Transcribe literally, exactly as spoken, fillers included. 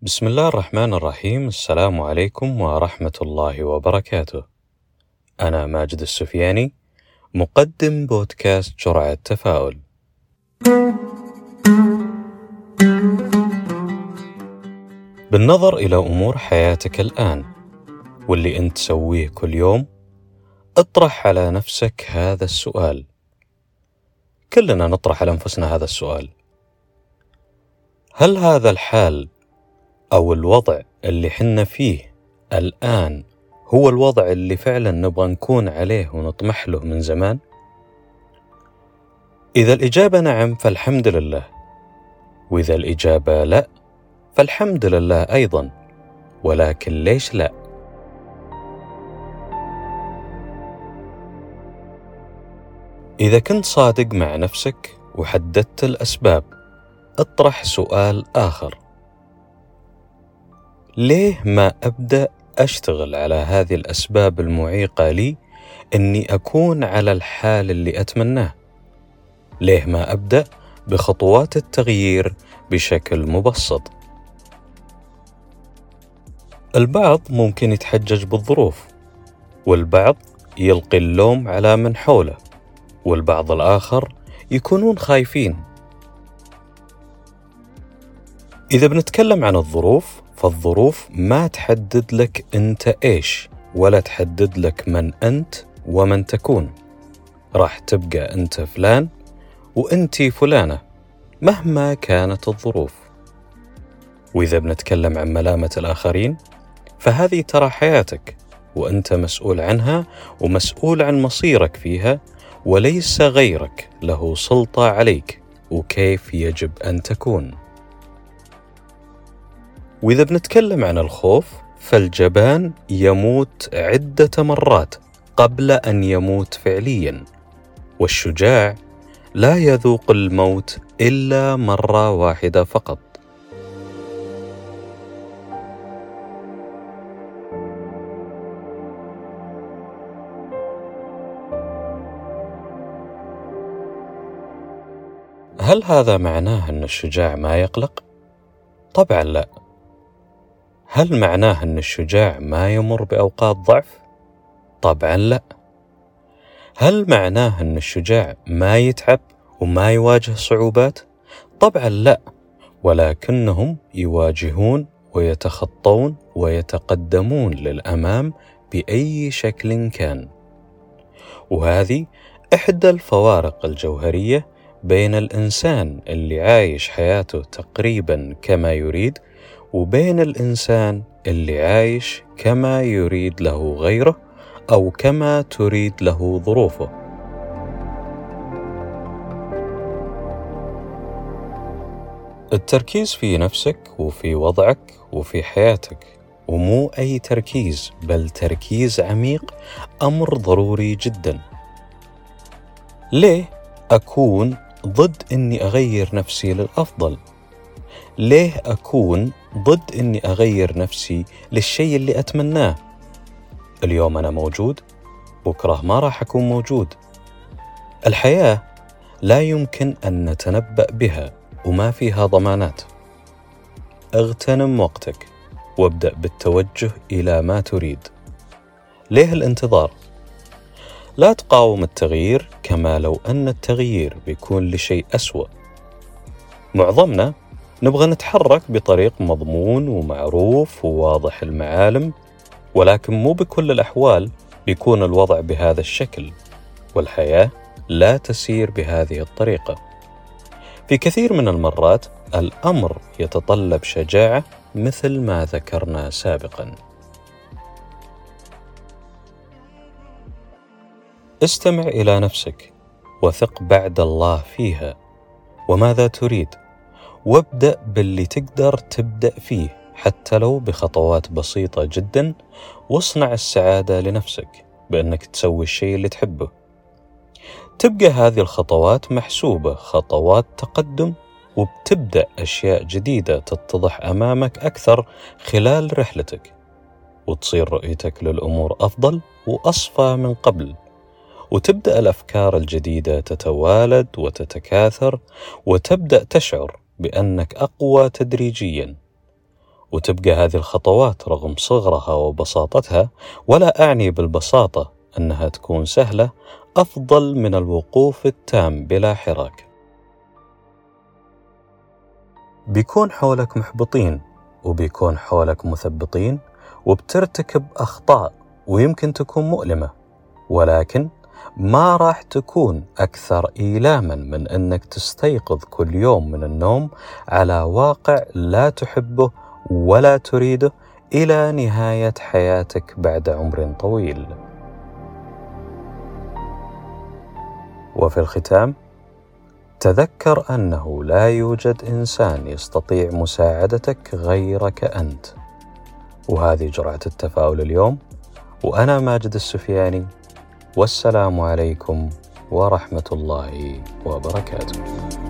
بسم الله الرحمن الرحيم. السلام عليكم ورحمة الله وبركاته. أنا ماجد السفياني، مقدم بودكاست جرعة تفاؤل. بالنظر إلى أمور حياتك الآن واللي أنت تسويه كل يوم، اطرح على نفسك هذا السؤال. كلنا نطرح على أنفسنا هذا السؤال: هل هذا الحال أو الوضع اللي حنا فيه الآن هو الوضع اللي فعلا نبغى نكون عليه ونطمح له من زمان؟ إذا الإجابة نعم فالحمد لله، وإذا الإجابة لا فالحمد لله أيضا، ولكن ليش لا؟ إذا كنت صادق مع نفسك وحددت الأسباب، اطرح سؤال آخر: ليه ما أبدأ أشتغل على هذه الأسباب المعيقة لي أني أكون على الحال اللي أتمناه؟ ليه ما أبدأ بخطوات التغيير بشكل مبسط؟ البعض ممكن يتحجج بالظروف، والبعض يلقي اللوم على من حوله، والبعض الآخر يكونون خايفين. إذا بنتكلم عن الظروف، فالظروف ما تحدد لك أنت إيش، ولا تحدد لك من أنت ومن تكون. راح تبقى أنت فلان وأنتي فلانة مهما كانت الظروف. وإذا بنتكلم عن ملامة الآخرين، فهذه ترى حياتك وأنت مسؤول عنها ومسؤول عن مصيرك فيها، وليس غيرك له سلطة عليك وكيف يجب أن تكون. وإذا بنتكلم عن الخوف، فالجبان يموت عدة مرات قبل أن يموت فعليا، والشجاع لا يذوق الموت إلا مرة واحدة فقط. هل هذا معناه أن الشجاع ما يقلق؟ طبعا لا. هل معناه أن الشجاع ما يمر بأوقات ضعف؟ طبعا لا. هل معناه أن الشجاع ما يتعب وما يواجه صعوبات؟ طبعا لا، ولكنهم يواجهون ويتخطون ويتقدمون للأمام بأي شكل كان. وهذه إحدى الفوارق الجوهرية بين الإنسان اللي عايش حياته تقريبا كما يريد، وبين الإنسان اللي عايش كما يريد له غيره أو كما تريد له ظروفه. التركيز في نفسك وفي وضعك وفي حياتك، ومو أي تركيز بل تركيز عميق، أمر ضروري جدا. ليه أكون ضد أني أغير نفسي للأفضل؟ ليه أكون ضد أني أغير نفسي للشيء اللي أتمناه؟ اليوم أنا موجود، بكرة ما راح أكون موجود. الحياة لا يمكن أن نتنبأ بها وما فيها ضمانات. اغتنم وقتك وابدأ بالتوجه إلى ما تريد. ليه الانتظار؟ لا تقاوم التغيير كما لو أن التغيير بيكون لشيء أسوأ. معظمنا نبغى نتحرك بطريق مضمون ومعروف وواضح المعالم، ولكن مو بكل الأحوال بيكون الوضع بهذا الشكل، والحياة لا تسير بهذه الطريقة. في كثير من المرات الأمر يتطلب شجاعة مثل ما ذكرنا سابقا. استمع إلى نفسك وثق بعد الله فيها وماذا تريد، وابدأ باللي تقدر تبدأ فيه حتى لو بخطوات بسيطة جدا، واصنع السعادة لنفسك بأنك تسوي الشيء اللي تحبه. تبقى هذه الخطوات محسوبة، خطوات تقدم، وبتبدأ أشياء جديدة تتضح أمامك أكثر خلال رحلتك، وتصير رؤيتك للأمور أفضل وأصفى من قبل، وتبدأ الأفكار الجديدة تتوالد وتتكاثر، وتبدأ تشعر بأنك أقوى تدريجيا. وتبقى هذه الخطوات رغم صغرها وبساطتها، ولا أعني بالبساطة أنها تكون سهلة، أفضل من الوقوف التام بلا حراك. بيكون حولك محبطين، وبيكون حولك مثبطين، وبترتكب أخطاء ويمكن تكون مؤلمة، ولكن ما راح تكون أكثر إيلاما من أنك تستيقظ كل يوم من النوم على واقع لا تحبه ولا تريده إلى نهاية حياتك بعد عمر طويل. وفي الختام، تذكر أنه لا يوجد إنسان يستطيع مساعدتك غيرك أنت. وهذه جرعة التفاؤل اليوم، وأنا ماجد السفياني، والسلام عليكم ورحمة الله وبركاته.